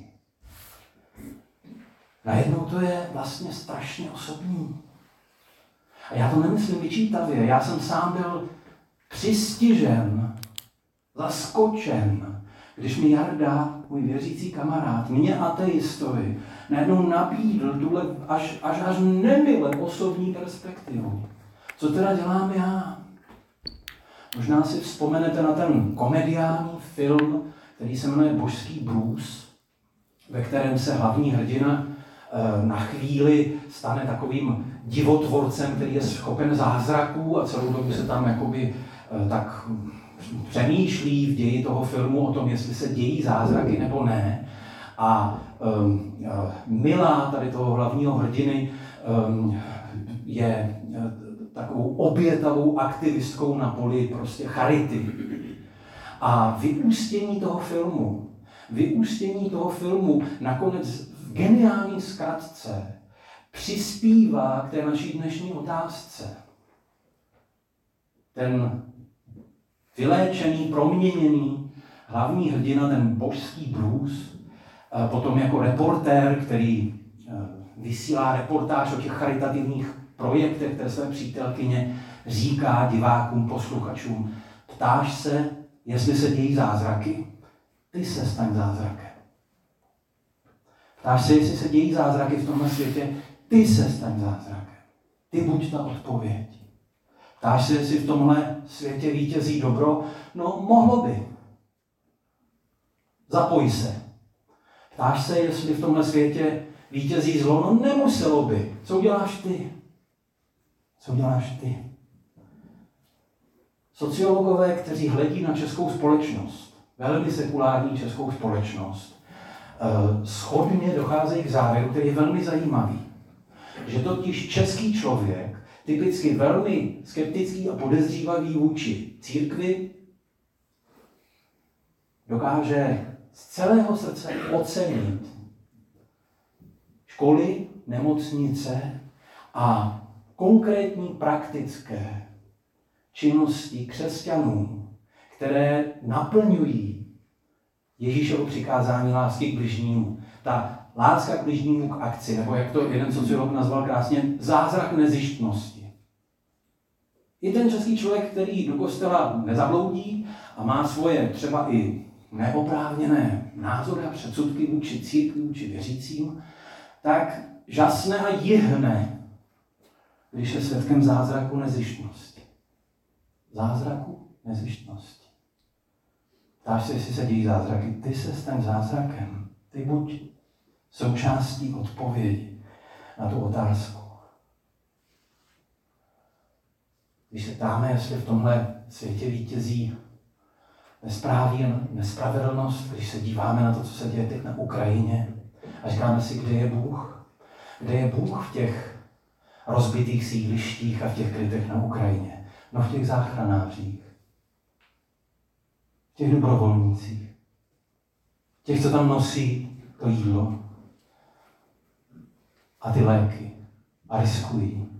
Najednou to je vlastně strašně osobní. A já to nemyslím vyčítavě. Já jsem sám byl přistižen, zaskočen, když mi Jarda, můj věřící kamarád, mě ateistovi, najednou nabídl tuhle až nemile osobní perspektivu. Co teda dělám já? Možná si vzpomenete na ten komediální film, který se jmenuje Božský brůz, ve kterém se hlavní hrdina na chvíli stane takovým divotvorcem, který je schopen zázraků a celou dobu se tam jakoby tak přemýšlí v ději toho filmu o tom, jestli se dějí zázraky nebo ne. A milá tady toho hlavního hrdiny je takovou obětavou aktivistkou na poli prostě charity. A vyústění toho filmu nakonec v geniální zkratce přispívá k té naší dnešní otázce. Ten vyléčený, proměněný hlavní hrdina, ten božský brůz, potom jako reportér, který vysílá reportáž o těch charitativních projektech, které své přítelkyně říká divákům, posluchačům. Ptáš se, jestli se dějí zázraky? Ty se staň zázrakem. Ptáš se, jestli se dějí zázraky v tomhle světě? Ty se staň zázrakem. Ty buď ta odpověď. Ptáš se, jestli v tomhle světě vítězí dobro? No, mohlo by. Zapoj se. Ptáš se, jestli v tomhle světě vítězí zlo? No, nemuselo by. Co uděláš ty? Co uděláš ty? Sociologové, kteří hledí na českou společnost, velmi sekulární českou společnost, shodně docházejí k závěru, který je velmi zajímavý. Že totiž český člověk, typicky velmi skeptický a podezřívavý vůči církvi, dokáže z celého srdce ocenit školy, nemocnice a konkrétní praktické činnosti křesťanů, které naplňují Ježíšovo přikázání lásky k bližnímu. Ta láska k bližnímu k akci, nebo jak to jeden sociolog nazval krásně, zázrak nezištnosti. I ten český člověk, který do kostela nezabloudí a má svoje třeba i neoprávněné názory a předsudky vůči církvi, vůči věřícím, tak žasne a jihne, když je svědkem zázraku nezištnosti. Zázraku nezištnosti. Ptáš se, jestli se dějí zázraky. Ty se staň zázrakem. Ty buď součástí odpovědi na tu otázku. Když se ptáme, jestli v tomhle světě vítězí bezpráví a nespravedlnost, když se díváme na to, co se děje teď na Ukrajině a říkáme si, kde je Bůh? Kde je Bůh v těch rozbitých sídlištích a v těch krytech na Ukrajině? No v těch záchranářích, v těch dobrovolnících, těch, co tam nosí to jídlo a ty léky a riskují.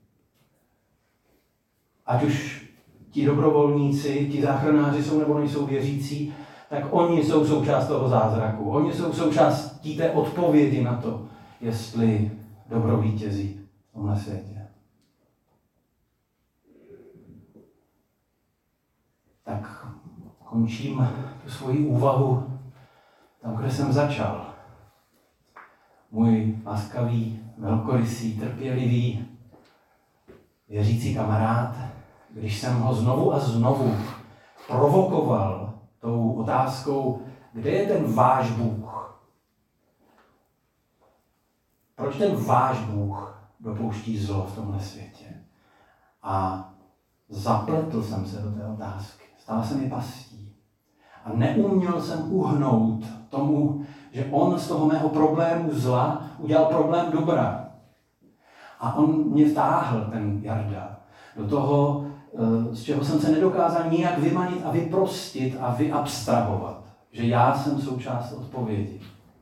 Ať už ti dobrovolníci, ti záchranáři jsou nebo nejsou věřící, tak oni jsou součást toho zázraku. Oni jsou součástí té odpovědi na to, jestli dobro vítězí v tomhle světě. Tak končím tu svoji úvahu tam, kde jsem začal. Můj laskavý, velkorysý, trpělivý, věřící kamarád, když jsem ho znovu a znovu provokoval tou otázkou, kde je ten váš Bůh? Proč ten váš Bůh dopouští zlo v tomhle světě? A zapletl jsem se do té otázky. Stala se mi pastí. A neuměl jsem uhnout tomu, že on z toho mého problému zla udělal problém dobra. A on mě vtáhl, ten Jarda, do toho, z čeho jsem se nedokázal nijak vymanit a vyprostit a vyabstrahovat. Že já jsem součást odpovědi.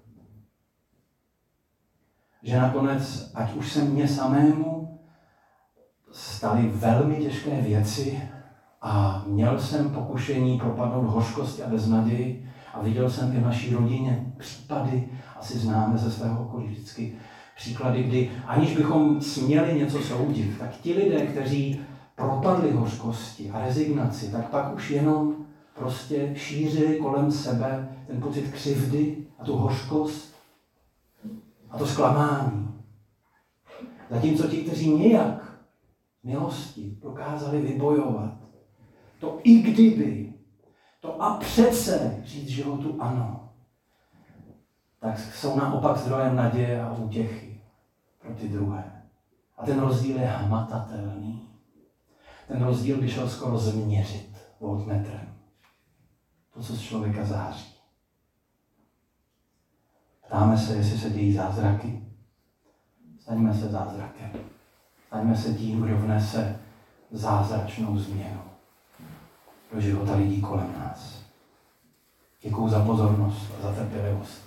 Že nakonec, ať už se mně samému staly velmi těžké věci a měl jsem pokušení propadnout hořkosti a beznaději a viděl jsem i v naší rodině případy, asi známe ze svého okolí vždycky, příklady, kdy aniž bychom směli něco soudit, tak ti lidé, kteří propadli hořkosti a rezignaci, tak pak už jenom prostě šířili kolem sebe ten pocit křivdy a tu hořkost a to zklamání. Zatímco ti, kteří nějak milosti dokázali vybojovat, to i kdyby, to a přece říct životu ano, tak jsou naopak zdrojem naděje a útěchy pro ty druhé. A ten rozdíl je hmatatelný. Ten rozdíl by šel skoro změřit voltmetrem. To, co z člověka září. Ptáme se, jestli se dějí zázraky. Staňme se zázrakem. Staňme se tím, kdo vnese zázračnou změnu do života lidí kolem nás. Děkuju za pozornost a za trpělivost.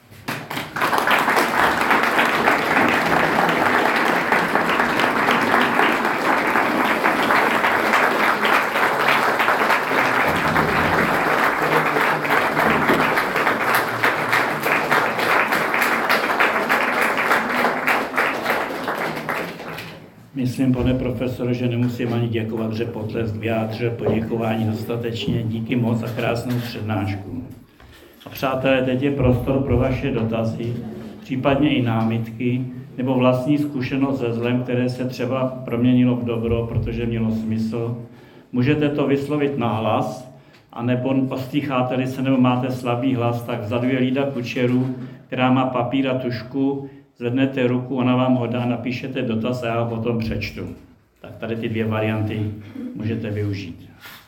Myslím, pane profesore, že nemusím ani děkovat, že potlesk vyjádřil poděkování dostatečně. Díky moc za krásnou přednášku. A přátelé, teď je prostor pro vaše dotazy, případně i námitky, nebo vlastní zkušenost se zlem, které se třeba proměnilo v dobro, protože mělo smysl. Můžete to vyslovit nahlas, anebo ostýcháte-li se, nebo máte slabý hlas, tak vzadu je Lída Kučerů, která má papír a tužku, zvednete ruku, ona vám ho dá, napíšete dotaz a já ho potom přečtu. Tak tady ty dvě varianty můžete využít.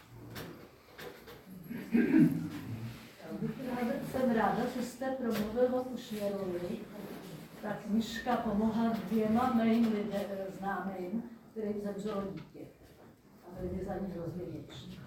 Jsem ráda, že jste promluvil o Kušněrovi. Ta knížka pomohla 2 mým známým, kterým zemřelo dítě. A byli za ní hrozně vděční.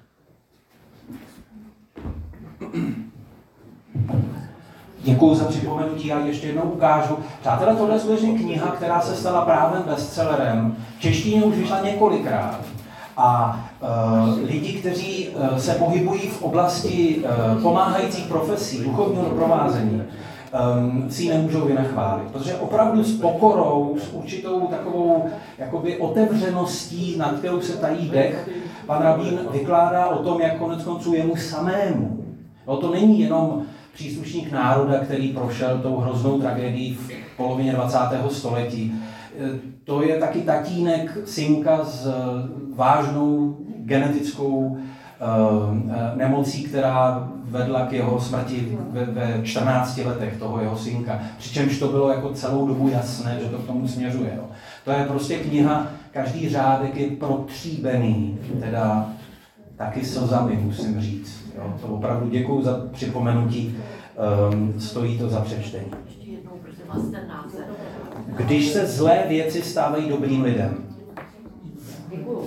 Děkuji za připomenutí, já ještě jednou ukážu. Přátelé, tohle je skutečně kniha, která se stala právě bestsellerem. V češtině už vyšla několikrát. A lidi, kteří se pohybují v oblasti pomáhajících profesí, duchovního doprovázení, si ji nemůžou vynechválit. Protože opravdu s pokorou, s určitou takovou jakoby otevřeností, nad kterou se tají dech, pan rabín vykládá o tom, jak koneckonců jemu samému. No, to není jenom příslušník národa, který prošel tou hroznou tragédií v polovině 20. století. To je taky tatínek synka s vážnou genetickou nemocí, která vedla k jeho smrti ve 14 letech toho jeho synka. Přičemž to bylo jako celou dobu jasné, že to k tomu směřuje. Jo. To je prostě kniha, každý řádek je protříbený, teda taky slzami, musím říct. Jo. To opravdu děkuju za připomenutí, stojí to za přečtení. Ještě jednou, prosím vás, ten název. Když se zlé věci stávají dobrým lidem. Děkuju.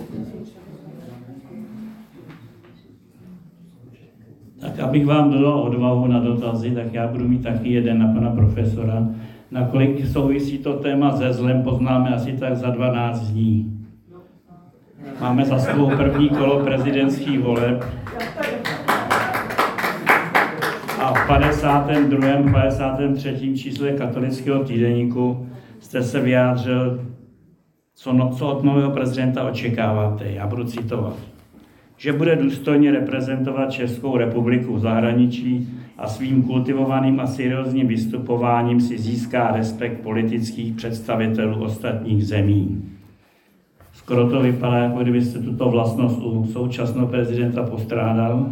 Tak abych vám dodal odvahu na dotazy, tak já budu mít taky jeden na pana profesora. Nakolik souvisí to téma se zlem, poznáme asi tak za 12 dní. Máme za sebou první kolo prezidentských voleb a v 52., 53. čísle katolického týdeníku jste se vyjádřil, co od nového prezidenta očekáváte. Já budu citovat. Že bude důstojně reprezentovat Českou republiku v zahraničí a svým kultivovaným a seriózním vystupováním si získá respekt politických představitelů ostatních zemí. Skoro to vypadá, jako kdybyste tuto vlastnost u současného prezidenta postrádal.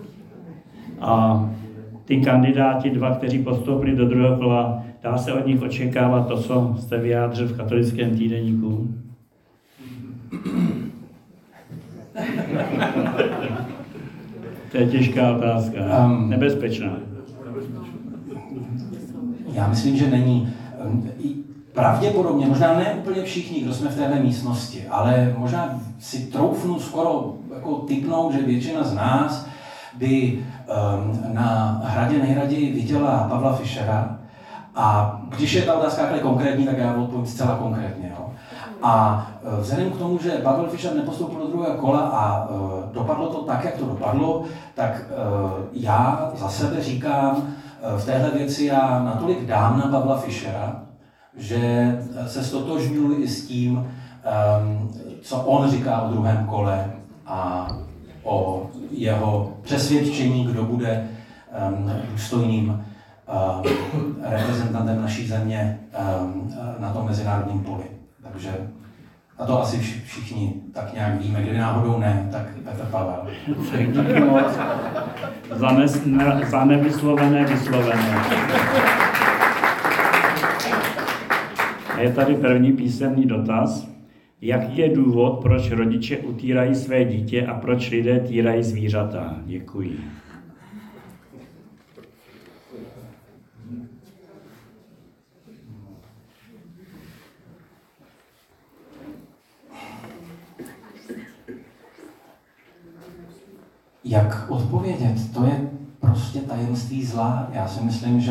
A ty kandidáti 2, kteří postoupili do druhého kola, dá se od nich očekávat to, co jste vyjádřil v katolickém týdeníku? To je těžká otázka, nebezpečná. Já myslím, že není. pravděpodobně, možná ne úplně všichni, kdo jsme v téhle místnosti, ale možná si troufnu skoro jako tipnout, že většina z nás by na Hradě nejraději viděla Pavla Fischera. A když je ta otázka takhle konkrétní, tak já odpovím zcela konkrétně. Jo. A vzhledem k tomu, že Pavel Fischer nepostoupil do druhého kola a dopadlo to tak, jak to dopadlo, tak já za sebe říkám, v téhle věci já natolik dám na Pavla Fischera, že se ztotožňuji i s tím, co on říká o druhém kole a o jeho přesvědčení, kdo bude důstojným reprezentantem naší země na tom mezinárodním poli. Takže a to asi všichni tak nějak víme. Kdyby náhodou ne, tak Petr Pavel. Tak díky moc za nevyslovené vyslovené. Je tady první písemný dotaz. Jaký je důvod, proč rodiče utýrají své dítě a proč lidé týrají zvířata? Děkuji. Jak odpovědět? To je prostě tajemství zla. Já si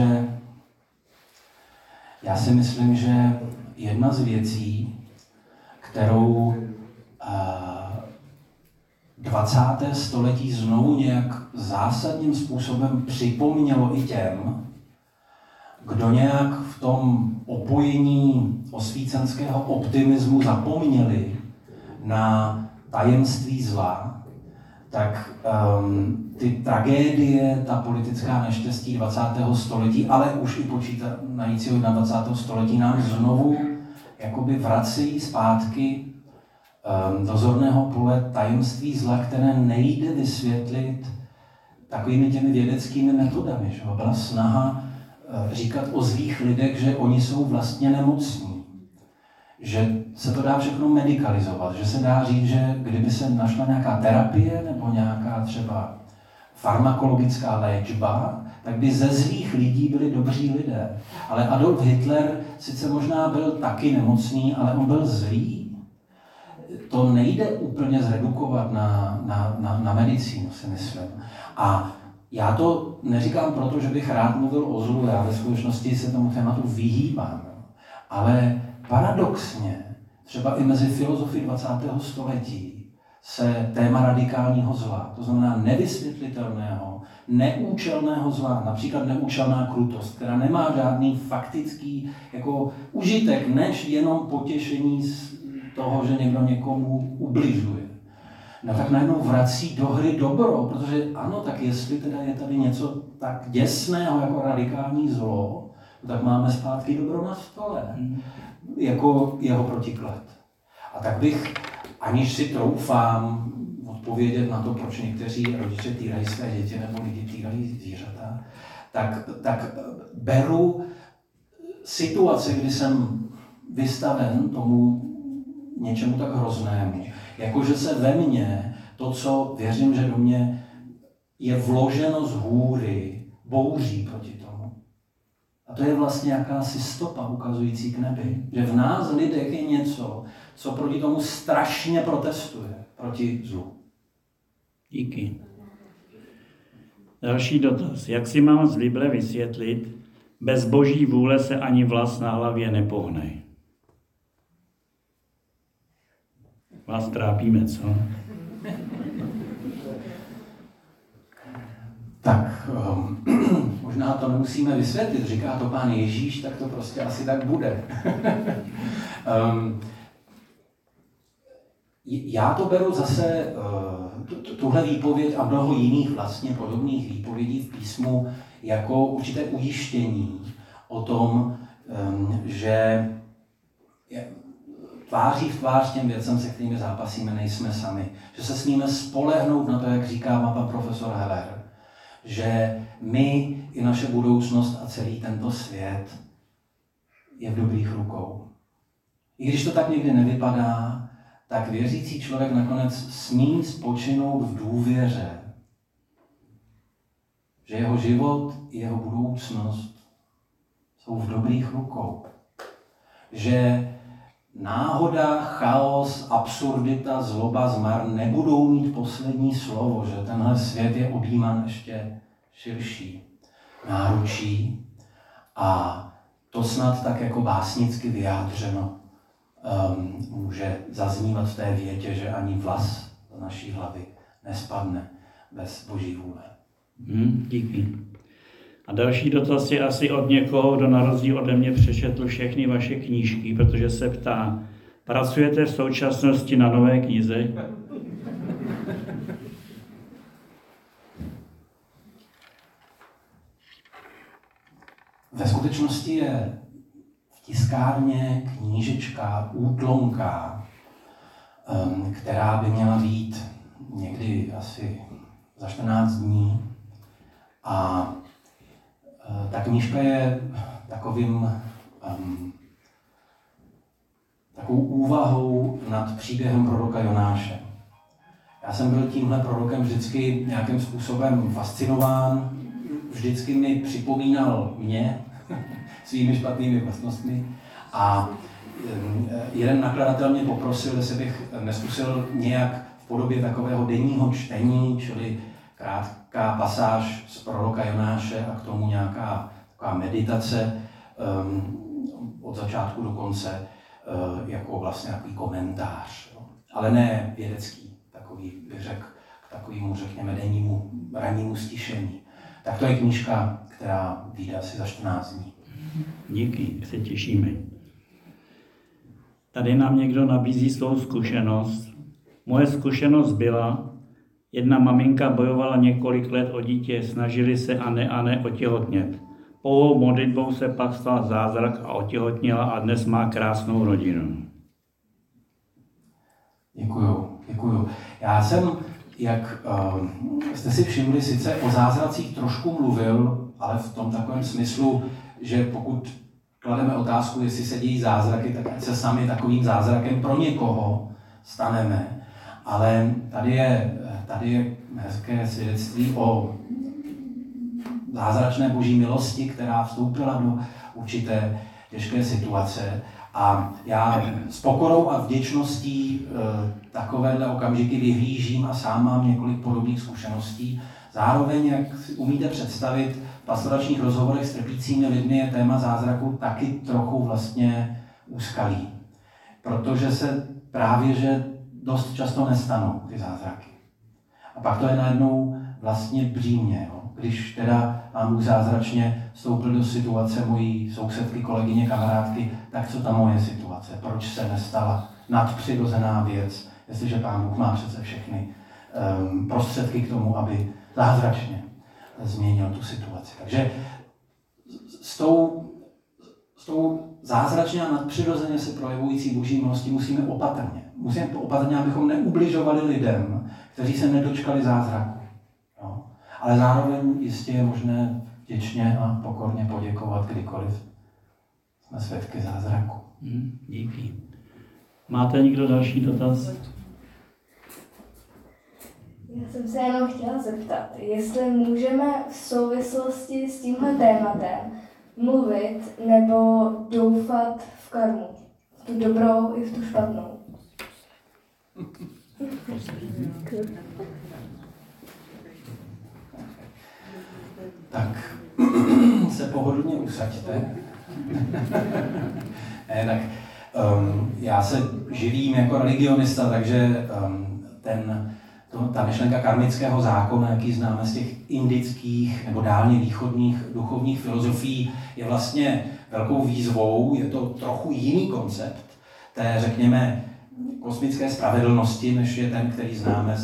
myslím, že jedna z věcí, kterou 20. století znovu nějak zásadním způsobem připomnělo i těm, kdo nějak v tom opojení osvícenského optimismu zapomněli na tajemství zla, tak ty tragédie, ta politická neštěstí 20. století, ale už i počítajícího 21. století nám znovu jakoby vracejí zpátky do zorného pole tajemství zla, které nejde vysvětlit takovými těmi vědeckými metodami. Že? Byla snaha říkat o zlých lidech, že oni jsou vlastně nemocní. Že se to dá všechno medikalizovat, že se dá říct, že kdyby se našla nějaká terapie nebo nějaká třeba farmakologická léčba, tak by ze zlých lidí byli dobří lidé. Ale Adolf Hitler sice možná byl taky nemocný, ale on byl zlý. To nejde úplně zredukovat na medicínu, si myslím. A já to neříkám proto, že bych rád mluvil o zlu, já ve skutečnosti se tomu tématu vyhýbám. Ale paradoxně, třeba i mezi filozofy 20. století se téma radikálního zla, to znamená nevysvětlitelného, neúčelného zla, například neúčelná krutost, která nemá žádný faktický jako užitek, než jenom potěšení z toho, že někdo někomu ubližuje. No tak najednou vrací do hry dobro, protože ano, tak jestli teda je tady něco tak děsného jako radikální zlo, tak máme zpátky dobro na stole, jako jeho protiklad. A tak bych, aniž si troufám odpovědět na to, proč někteří rodiče týrají své děti nebo lidi týrají zvířata, tak beru situaci, kdy jsem vystaven tomu něčemu tak hroznému, jakože se ve mně to, co věřím, že do mě je vloženo z hůry, bouří proti tomu. A to je vlastně jakási stopa ukazující k nebi. Že v nás lidech je něco, co proti tomu strašně protestuje, proti zlu. Díky. Další dotaz. Jak si mám z Bible vysvětlit, bez boží vůle se ani vlas na hlavě nepohne? Vás trápíme, co? Tak, možná to nemusíme vysvětlit, říká to Pán Ježíš, tak to prostě asi tak bude. Já to beru zase, tuhle výpověď a mnoho jiných vlastně podobných výpovědí v písmu jako určité ujištění o tom, že tváří v tvář těm věcem, se kterými zápasíme, nejsme sami. Že se smíme spolehnout na to, jak říká pan profesor Heller, že my i naše budoucnost a celý tento svět je v dobrých rukou. I když to tak někdy nevypadá, tak věřící člověk nakonec smí spočinout v důvěře, že jeho život i jeho budoucnost jsou v dobrých rukou. že náhoda, chaos, absurdita, zloba, zmar nebudou mít poslední slovo, že tenhle svět je objímán ještě širší náručí a to snad tak jako básnicky vyjádřeno může zaznívat v té větě, že ani vlas z naší hlavy nespadne bez Boží vůle. Díky. A další dotaz je asi od někoho, kdo na rozdíl ode mě přečetl všechny vaše knížky, protože se ptá, pracujete v současnosti na nové knize? Ve skutečnosti je v tiskárně knížečka útlonká, která by měla být někdy asi za 14 dní. A ta knížka je takovou úvahou nad příběhem proroka Jonáše. Já jsem byl tímhle prorokem vždycky nějakým způsobem fascinován, vždycky mi připomínal mě svými špatnými vlastnostmi a jeden nakladatel mě poprosil, jestli bych neskusil nějak v podobě takového denního čtení, čili krátká pasáž z proroka Jonáše a k tomu nějaká taková meditace od začátku do konce, jako vlastně takový komentář, ale ne vědecký, takový bych řekl, k takovému, řekněme, dennímu, rannímu stišení. Tak to je knížka, která vyjde asi za 14 dní. Díky, se těšíme. Tady nám někdo nabízí svou zkušenost. Moje zkušenost byla, jedna maminka bojovala několik let o dítě, snažili se a ne otěhotnět. Pouhou modlitbou se pak stal zázrak a otěhotněla a dnes má krásnou rodinu. Děkuju. Já jsem, jak jste si všimli, sice o zázracích trošku mluvil, ale v tom takovém smyslu, že pokud klademe otázku, jestli se dějí zázraky, tak se sami takovým zázrakem pro někoho staneme. Ale tady je hezké svědectví o zázračné Boží milosti, která vstoupila do určité těžké situace. A já s pokorou a vděčností takovéhle okamžiky vyhlížím a sám mám několik podobných zkušeností. Zároveň, jak si umíte představit, v pastoračních rozhovorech s trpícími lidmi je téma zázraku taky trochu vlastně úskalý. Protože se právě, že dost často nestanou ty zázraky. A pak to je najednou vlastně břímě. Jo? Když teda mám zázračně vstoupil do situace mojí sousedky, kolegyně, kamarádky, tak co ta moje situace? Proč se nestala nadpřirozená věc, jestliže Pán Bůh má přece všechny prostředky k tomu, aby zázračně změnil tu situaci. Takže s tou zázračně a nadpřirozeně se projevující Boží milostí musíme opatrně, abychom neubližovali lidem, kteří se nedočkali zázraku. Jo? Ale zároveň jistě je možné vděčně a pokorně poděkovat, kdykoliv jsme svědky zázraku. Díky. Máte někdo další dotaz? Já jsem se jenom chtěla zeptat, jestli můžeme v souvislosti s tímhle tématem mluvit nebo doufat v karmu. V tu dobrou i v tu špatnou. Tak se pohodlně usaďte. Já se živím jako religionista, takže ta myšlenka karmického zákona, jaký známe z těch indických nebo dálně východních duchovních filozofií, je vlastně velkou výzvou. Je to trochu jiný koncept té, řekněme, kosmické spravedlnosti, než je ten, který známe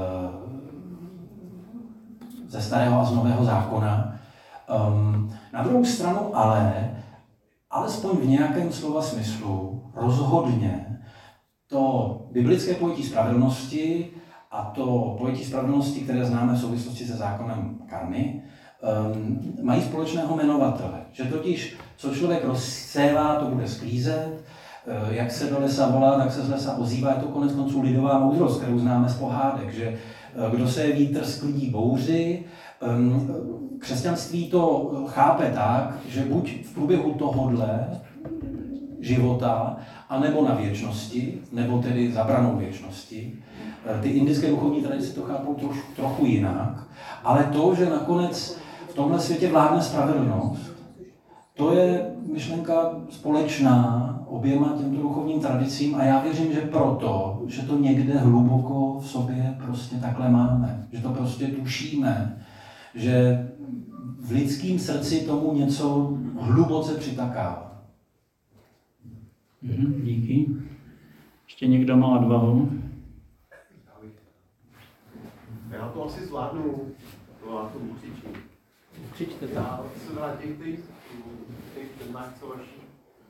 ze starého a z nového zákona. Na druhou stranu ale, alespoň v nějakém slova smyslu, rozhodně to biblické pojetí spravedlnosti a to pojetí spravedlnosti, které známe v souvislosti se zákonem karmy, mají společného jmenovatele. Že totiž, co člověk rozsévá, to bude sklízet, jak se do lesa volá, tak se z lesa ozývá, je to konec konců lidová moudrost, kterou známe z pohádek, že kdo se vítr sklidí bouři. Křesťanství to chápe tak, že buď v průběhu tohodle života, anebo na věčnosti, nebo tedy zabranou věčnosti. Ty indické duchovní tradice to chápou trochu jinak, ale to, že nakonec v tomhle světě vládne spravedlnost, to je myšlenka společná oběma těmto duchovním tradicím a já věřím, že proto, že to někde hluboko v sobě prostě takhle máme, že to prostě tušíme, že v lidském srdci tomu něco hluboce přitakává. Díky. Ještě někdo má odvahu? Já to asi zvládnu, to já to ukřičím. Křičte tam. Já se vrátím k těch přednášce vaší.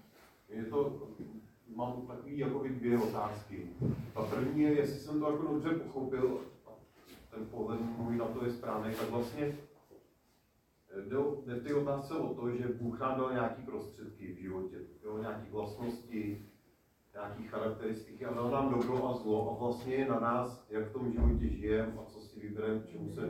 Mám takový jakoby 2 otázky. Ta první je, jestli jsem to jako dobře pochopil, ten pohled můj na to je správný, tak vlastně jde v té otázce o to, že Bůh nám dal nějaké prostředky v životě, nějaké vlastnosti, nějaké charakteristiky a dal nám dobro a zlo a vlastně je na nás, jak v tom životě žijeme a co si vybereme, čemu se